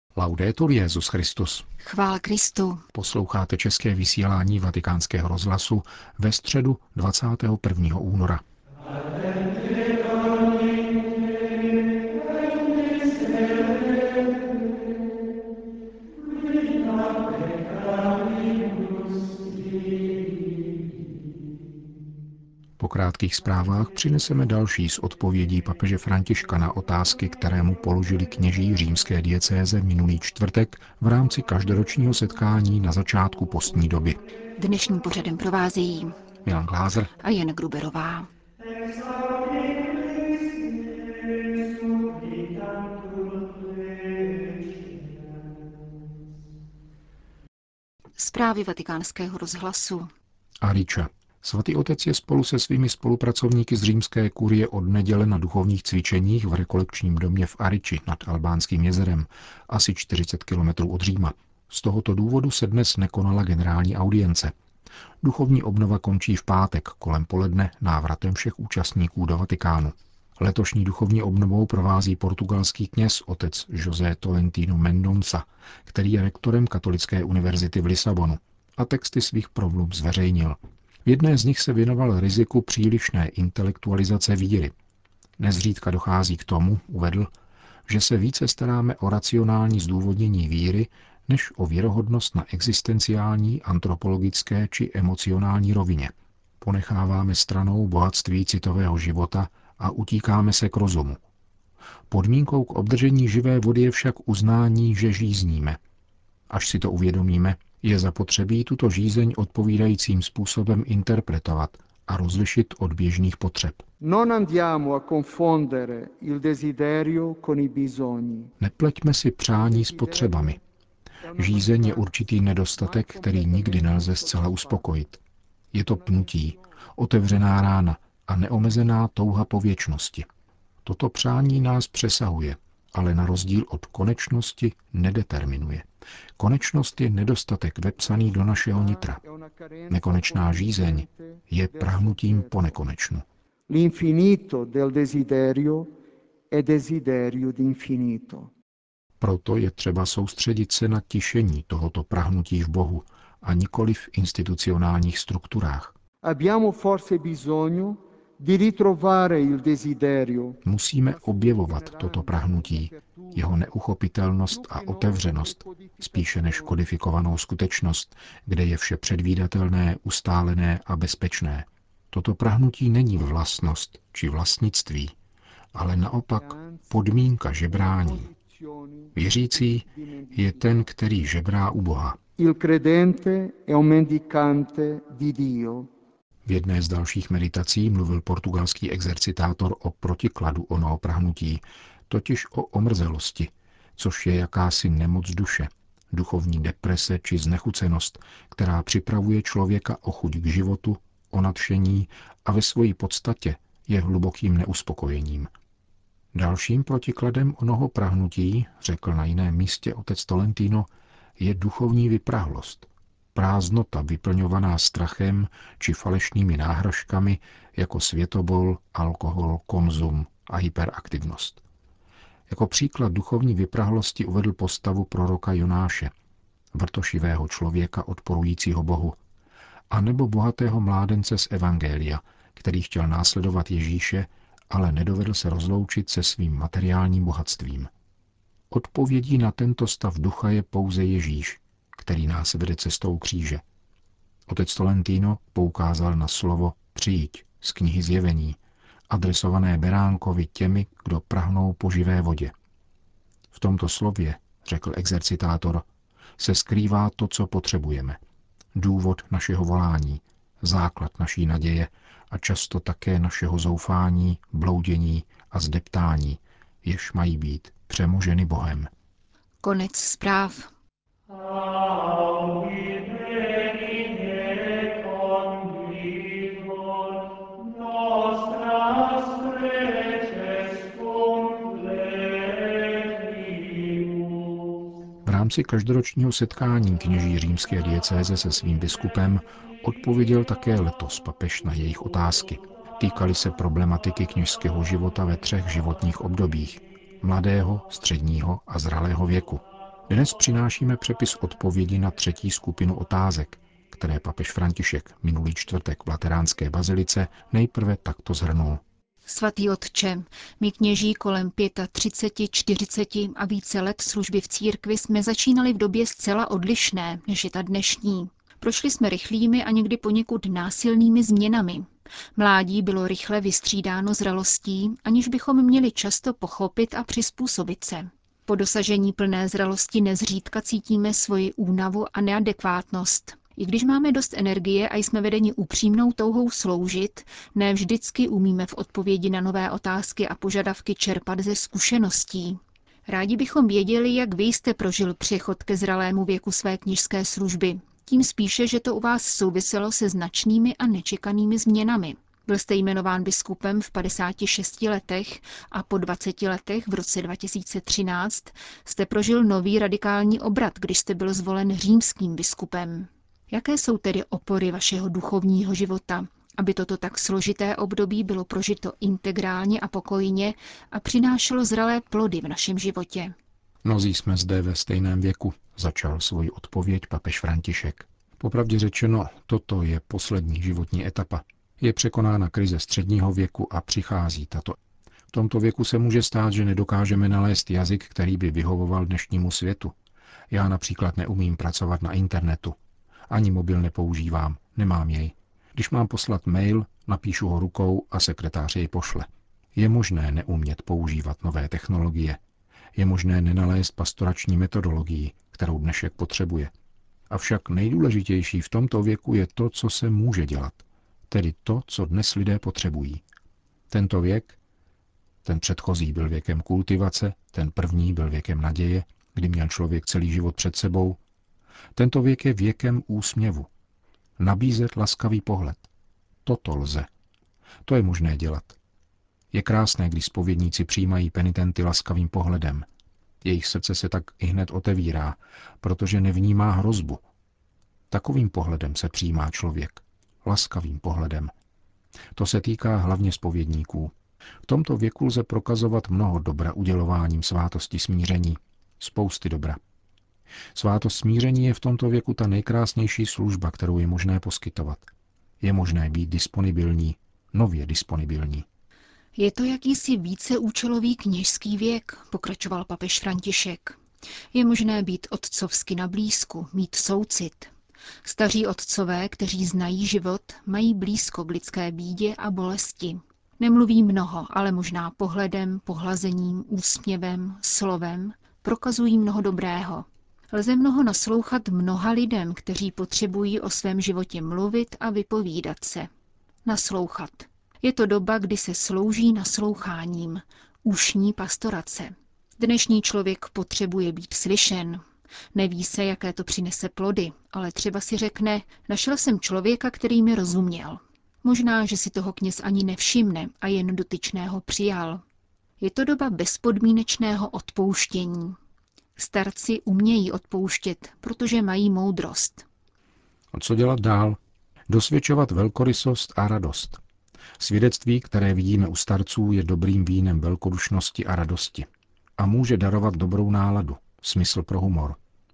Laudetur Jesus Christus. Chvála Kristu. Posloucháte české vysílání Vatikánského rozhlasu ve středu 21. února. Po krátkých zprávách přineseme další z odpovědí papeže Františka na otázky, které mu položili kněží římské diecéze minulý čtvrtek v rámci každoročního setkání na začátku postní doby. Dnešním pořadem provázejí Milan Glázer a Jana Gruberová. Zprávy Vatikánského rozhlasu. Ariča. Svatý otec je spolu se svými spolupracovníky z římské kurie od neděle na duchovních cvičeních v rekolekčním domě v Ariči nad Albánským jezerem, asi 40 kilometrů od Říma. Z tohoto důvodu se dnes nekonala generální audience. Duchovní obnova končí v pátek kolem poledne návratem všech účastníků do Vatikánu. Letošní duchovní obnovou provází portugalský kněz otec José Tolentino Mendonça, který je rektorem Katolické univerzity v Lisabonu a texty svých promluv zveřejnil. V jedné z nich se věnoval riziku přílišné intelektualizace víry. Nezřídka dochází k tomu, uvedl, že se více staráme o racionální zdůvodnění víry, než o věrohodnost na existenciální, antropologické či emocionální rovině. Ponecháváme stranou bohatství citového života a utíkáme se k rozumu. Podmínkou k obdržení živé vody je však uznání, že žízníme. Až si to uvědomíme, je zapotřebí tuto žízeň odpovídajícím způsobem interpretovat a rozlišit od běžných potřeb. Nepleťme si přání s potřebami. Žízeň je určitý nedostatek, který nikdy nelze zcela uspokojit. Je to pnutí, otevřená rána a neomezená touha po věčnosti. Toto přání nás přesahuje, ale na rozdíl od konečnosti nedeterminuje. Konečnost je nedostatek vepsaný do našeho nitra. Nekonečná žízeň je prahnutím po nekonečnu. Proto je třeba soustředit se na tišení tohoto prahnutí v Bohu a nikoli v institucionálních strukturách. Musíme objevovat toto prahnutí, jeho neuchopitelnost a otevřenost, spíše než kodifikovanou skutečnost, kde je vše předvídatelné, ustálené a bezpečné. Toto prahnutí není vlastnost či vlastnictví, ale naopak podmínka žebrání. Věřící je ten, který žebrá u Boha. V jedné z dalších meditací mluvil portugalský exercitátor o protikladu onoho prahnutí, totiž o omrzelosti, což je jakási nemoc duše, duchovní deprese či znechucenost, která připravuje člověka o chuť k životu, o nadšení a ve své podstatě je hlubokým neuspokojením. Dalším protikladem onoho prahnutí, řekl na jiném místě otec Tolentino, je duchovní vyprahlost. Prázdnota vyplňovaná strachem či falešnými náhražkami jako světobol, alkohol, konzum a hyperaktivnost. Jako příklad duchovní vyprahlosti uvedl postavu proroka Jonáše, vrtošivého člověka odporujícího Bohu, a nebo bohatého mládence z Evangelia, který chtěl následovat Ježíše, ale nedovedl se rozloučit se svým materiálním bohatstvím. Odpovědí na tento stav ducha je pouze Ježíš, který nás vede cestou kříže. Otec Tolentino poukázal na slovo přijď z knihy Zjevení, adresované beránkovi těmi, kdo prahnou po živé vodě. V tomto slově, řekl exercitátor, se skrývá to, co potřebujeme. Důvod našeho volání, základ naší naděje a často také našeho zoufání, bloudění a zdeptání, jež mají být přemoženy Bohem. Konec zpráv. V rámci každoročního setkání kněží římské diecéze se svým biskupem odpověděl také letos papež na jejich otázky. Týkaly se problematiky kněžského života ve 3 životních obdobích: mladého, středního a zralého věku. Dnes přinášíme přepis odpovědi na třetí skupinu otázek, které papež František minulý čtvrtek v Lateránské bazilice nejprve takto shrnul. Svatý otče, my kněží kolem 35, 40 a více let služby v církvi jsme začínali v době zcela odlišné, než je ta dnešní. Prošli jsme rychlými a někdy poněkud násilnými změnami. Mládí bylo rychle vystřídáno zralostí, aniž bychom měli často pochopit a přizpůsobit se. Po dosažení plné zralosti nezřídka cítíme svoji únavu a neadekvátnost. I když máme dost energie a jsme vedeni upřímnou touhou sloužit, ne vždycky umíme v odpovědi na nové otázky a požadavky čerpat ze zkušeností. Rádi bychom věděli, jak vy jste prožil přechod ke zralému věku své kněžské služby. Tím spíše, že to u vás souviselo se značnými a nečekanými změnami. Byl jste jmenován biskupem v 56 letech a po 20 letech v roce 2013 jste prožil nový radikální obrat, když jste byl zvolen římským biskupem. Jaké jsou tedy opory vašeho duchovního života, aby toto tak složité období bylo prožito integrálně a pokojně a přinášelo zralé plody v našem životě? Mnozí jsme zde ve stejném věku, začal svoji odpověď papež František. Popravdě řečeno, toto je poslední životní etapa. Je překonána krize středního věku a přichází tato. V tomto věku se může stát, že nedokážeme nalézt jazyk, který by vyhovoval dnešnímu světu. Já například neumím pracovat na internetu. Ani mobil nepoužívám, nemám jej. Když mám poslat mail, napíšu ho rukou a sekretář jej pošle. Je možné neumět používat nové technologie. Je možné nenalézt pastorační metodologii, kterou dnešek potřebuje. Avšak nejdůležitější v tomto věku je to, co se může dělat. Tedy to, co dnes lidé potřebují. Tento věk, ten předchozí byl věkem kultivace, ten první byl věkem naděje, kdy měl člověk celý život před sebou. Tento věk je věkem úsměvu. Nabízet laskavý pohled. Toto lze. To je možné dělat. Je krásné, když zpovědníci přijímají penitenty laskavým pohledem. Jejich srdce se tak ihned otevírá, protože nevnímá hrozbu. Takovým pohledem se přijímá člověk. Laskavým pohledem. To se týká hlavně zpovědníků. V tomto věku lze prokazovat mnoho dobra udělováním svátosti smíření. Spousty dobra. Svátost smíření je v tomto věku ta nejkrásnější služba, kterou je možné poskytovat. Je možné být disponibilní, nově disponibilní. Je to jakýsi víceúčelový kněžský věk, pokračoval papež František. Je možné být otcovsky na blízku, mít soucit. Staří otcové, kteří znají život, mají blízko k lidské bídě a bolesti. Nemluví mnoho, ale možná pohledem, pohlazením, úsměvem, slovem prokazují mnoho dobrého. Lze mnoho naslouchat mnoha lidem, kteří potřebují o svém životě mluvit a vypovídat se. Naslouchat. Je to doba, kdy se slouží nasloucháním, ušní pastorace. Dnešní člověk potřebuje být slyšen. Neví se, jaké to přinese plody, ale třeba si řekne, našel jsem člověka, který mi rozuměl. Možná, že si toho kněz ani nevšimne a jen dotyčného přijal. Je to doba bezpodmínečného odpouštění. Starci umějí odpouštět, protože mají moudrost. A co dělat dál? Dosvědčovat velkorysost a radost. Svědectví, které vidíme u starců, je dobrým vínem velkodušnosti a radosti. A může darovat dobrou náladu, smysl pro humor.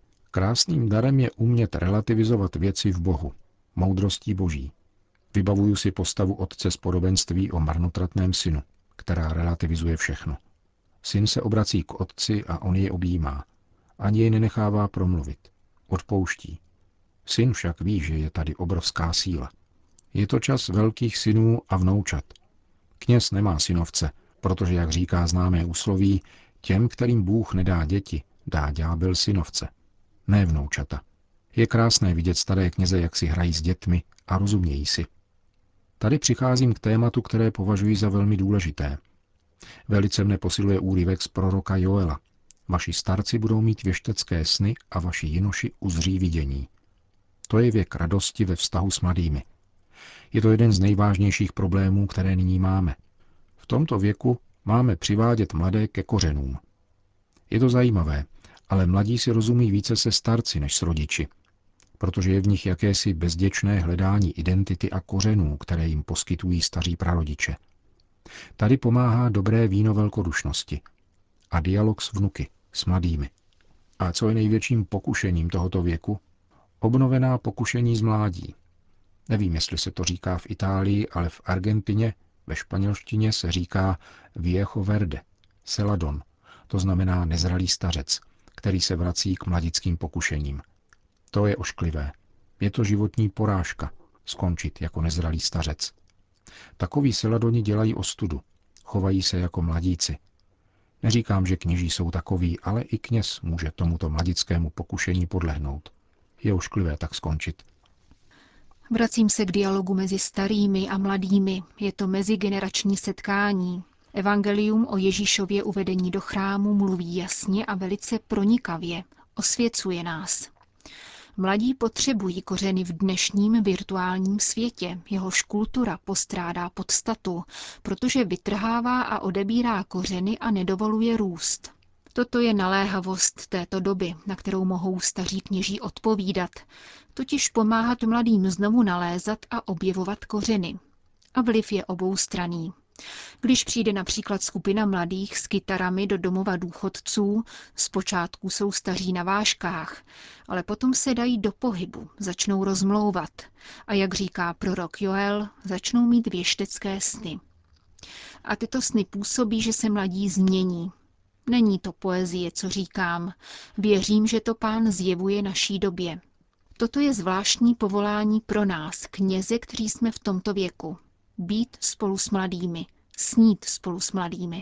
Krásným darem je umět relativizovat věci v Bohu, moudrostí Boží. Vybavuju si postavu otce z podobenství o marnotratném synu, která relativizuje všechno. Syn se obrací k otci a on je objímá. Ani jej nenechává promluvit. Odpouští. Syn však ví, že je tady obrovská síla. Je to čas velkých synů a vnoučat. Kněz nemá synovce, protože, jak říká známé úsloví, těm, kterým Bůh nedá děti, dá ďábel synovce. Ne vnoučata. Je krásné vidět staré kněze, jak si hrají s dětmi a rozumějí si. Tady přicházím k tématu, které považuji za velmi důležité. Velice mne posiluje úryvek z proroka Joela. Vaši starci budou mít věštecké sny a vaši jinoši uzří vidění. To je věk radosti ve vztahu s mladými. Je to jeden z nejvážnějších problémů, které nyní máme. V tomto věku máme přivádět mladé ke kořenům. Je to zajímavé, ale mladí si rozumí více se starci než s rodiči, protože je v nich jakési bezděčné hledání identity a kořenů, které jim poskytují staří prarodiče. Tady pomáhá dobré víno velkodušnosti a dialog s vnuky, s mladými. A co je největším pokušením tohoto věku? Obnovená pokušení z mládí. Nevím, jestli se to říká v Itálii, ale v Argentině, ve španělštině se říká viejo verde, celadon, to znamená nezralý stařec, který se vrací k mladickým pokušením. To je ošklivé. Je to životní porážka, skončit jako nezralý stařec. Takoví celadoni dělají ostudu, chovají se jako mladíci. Neříkám, že kněží jsou takoví, ale i kněz může tomuto mladickému pokušení podlehnout. Je ošklivé tak skončit. Vracím se k dialogu mezi starými a mladými. Je to mezigenerační setkání. Evangelium o Ježíšově uvedení do chrámu mluví jasně a velice pronikavě. Osvěcuje nás. Mladí potřebují kořeny v dnešním virtuálním světě. Jehož kultura postrádá podstatu, protože vytrhává a odebírá kořeny a nedovoluje růst. Toto je naléhavost této doby, na kterou mohou staří kněží odpovídat, totiž pomáhat mladým znovu nalézat a objevovat kořeny. A vliv je oboustranný. Když přijde například skupina mladých s kytarami do domova důchodců, zpočátku jsou staří na vážkách, ale potom se dají do pohybu, začnou rozmlouvat a jak říká prorok Joel, začnou mít věštecké sny. A tyto sny působí, že se mladí změní. Není to poezie, co říkám. Věřím, že to Pán zjevuje naší době. Toto je zvláštní povolání pro nás, kněze, kteří jsme v tomto věku. Být spolu s mladými, snít spolu s mladými.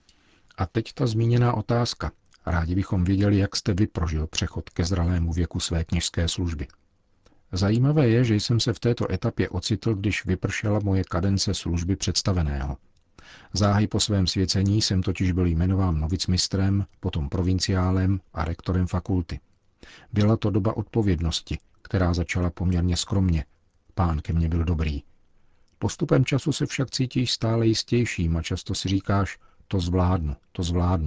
A teď ta zmíněná otázka. Rádi bychom věděli, jak jste vy prožil přechod ke zralému věku své kněžské služby. Zajímavé je, že jsem se v této etapě ocitl, když vypršela moje kadence služby představeného. Záhy po svém svěcení jsem totiž byl jmenován novicmistrem, potom provinciálem a rektorem fakulty. Byla to doba odpovědnosti, která začala poměrně skromně. Pán ke mně byl dobrý. Postupem času se však cítíš stále jistějším a často si říkáš, to zvládnu, to zvládnu.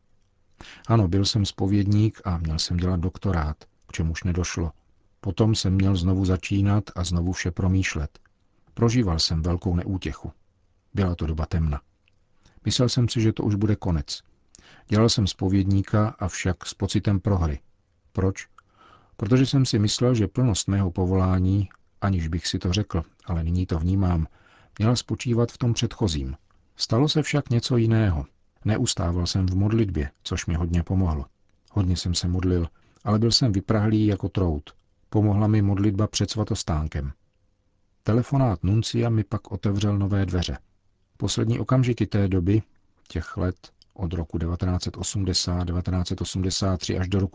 Ano, byl jsem zpovědník a měl jsem dělat doktorát, k čemuž nedošlo. Potom jsem měl znovu začínat a znovu vše promýšlet. Prožíval jsem velkou neútěchu. Byla to doba temna. Myslel jsem si, že to už bude konec. Dělal jsem zpovědníka, avšak s pocitem prohry. Proč? Protože jsem si myslel, že plnost mého povolání, aniž bych si to řekl, ale nyní to vnímám, měla spočívat v tom předchozím. Stalo se však něco jiného. Neustával jsem v modlitbě, což mi hodně pomohlo. Hodně jsem se modlil, ale byl jsem vyprahlý jako trout. Pomohla mi modlitba před svatostánkem. Telefonát nuncia mi pak otevřel nové dveře. Poslední okamžiky té doby, těch let od roku 1980, 1983 až do roku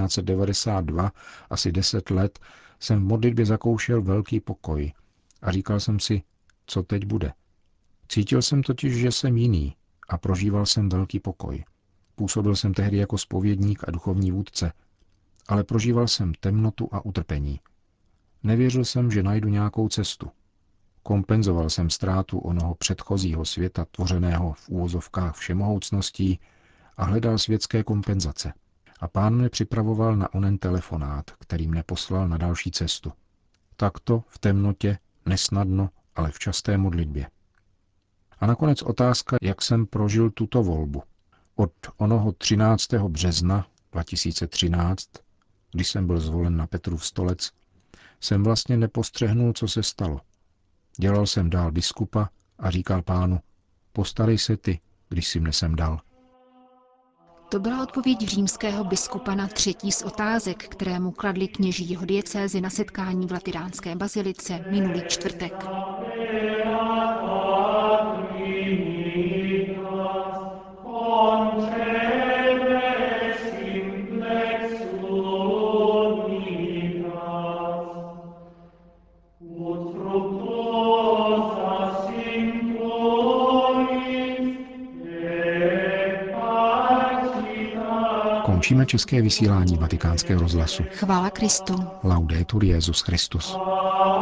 1992, asi 10 let, jsem v modlitbě zakoušel velký pokoj a říkal jsem si, co teď bude. Cítil jsem totiž, že jsem jiný a prožíval jsem velký pokoj. Působil jsem tehdy jako zpovědník a duchovní vůdce, ale prožíval jsem temnotu a utrpení. Nevěřil jsem, že najdu nějakou cestu. Kompenzoval jsem ztrátu onoho předchozího světa tvořeného v úvozovkách všemohoucností a hledal světské kompenzace. A Pán mne připravoval na onen telefonát, který mne poslal na další cestu. Takto v temnotě, nesnadno, ale v časté modlitbě. A nakonec otázka, jak jsem prožil tuto volbu. Od onoho 13. března 2013, když jsem byl zvolen na Petrův stolec, jsem vlastně nepostřehnul, co se stalo. Dělal jsem dál biskupa a říkal Pánu, postarej se ty, když jsi mne sem dal. To byla odpověď římského biskupa na třetí z otázek, které mu kladli kněží jeho diecézy na setkání v Lateránské bazilice minulý čtvrtek. Končíme české vysílání Vatikánského rozhlasu. Chvála Kristu. Laudetur Jesus Christus.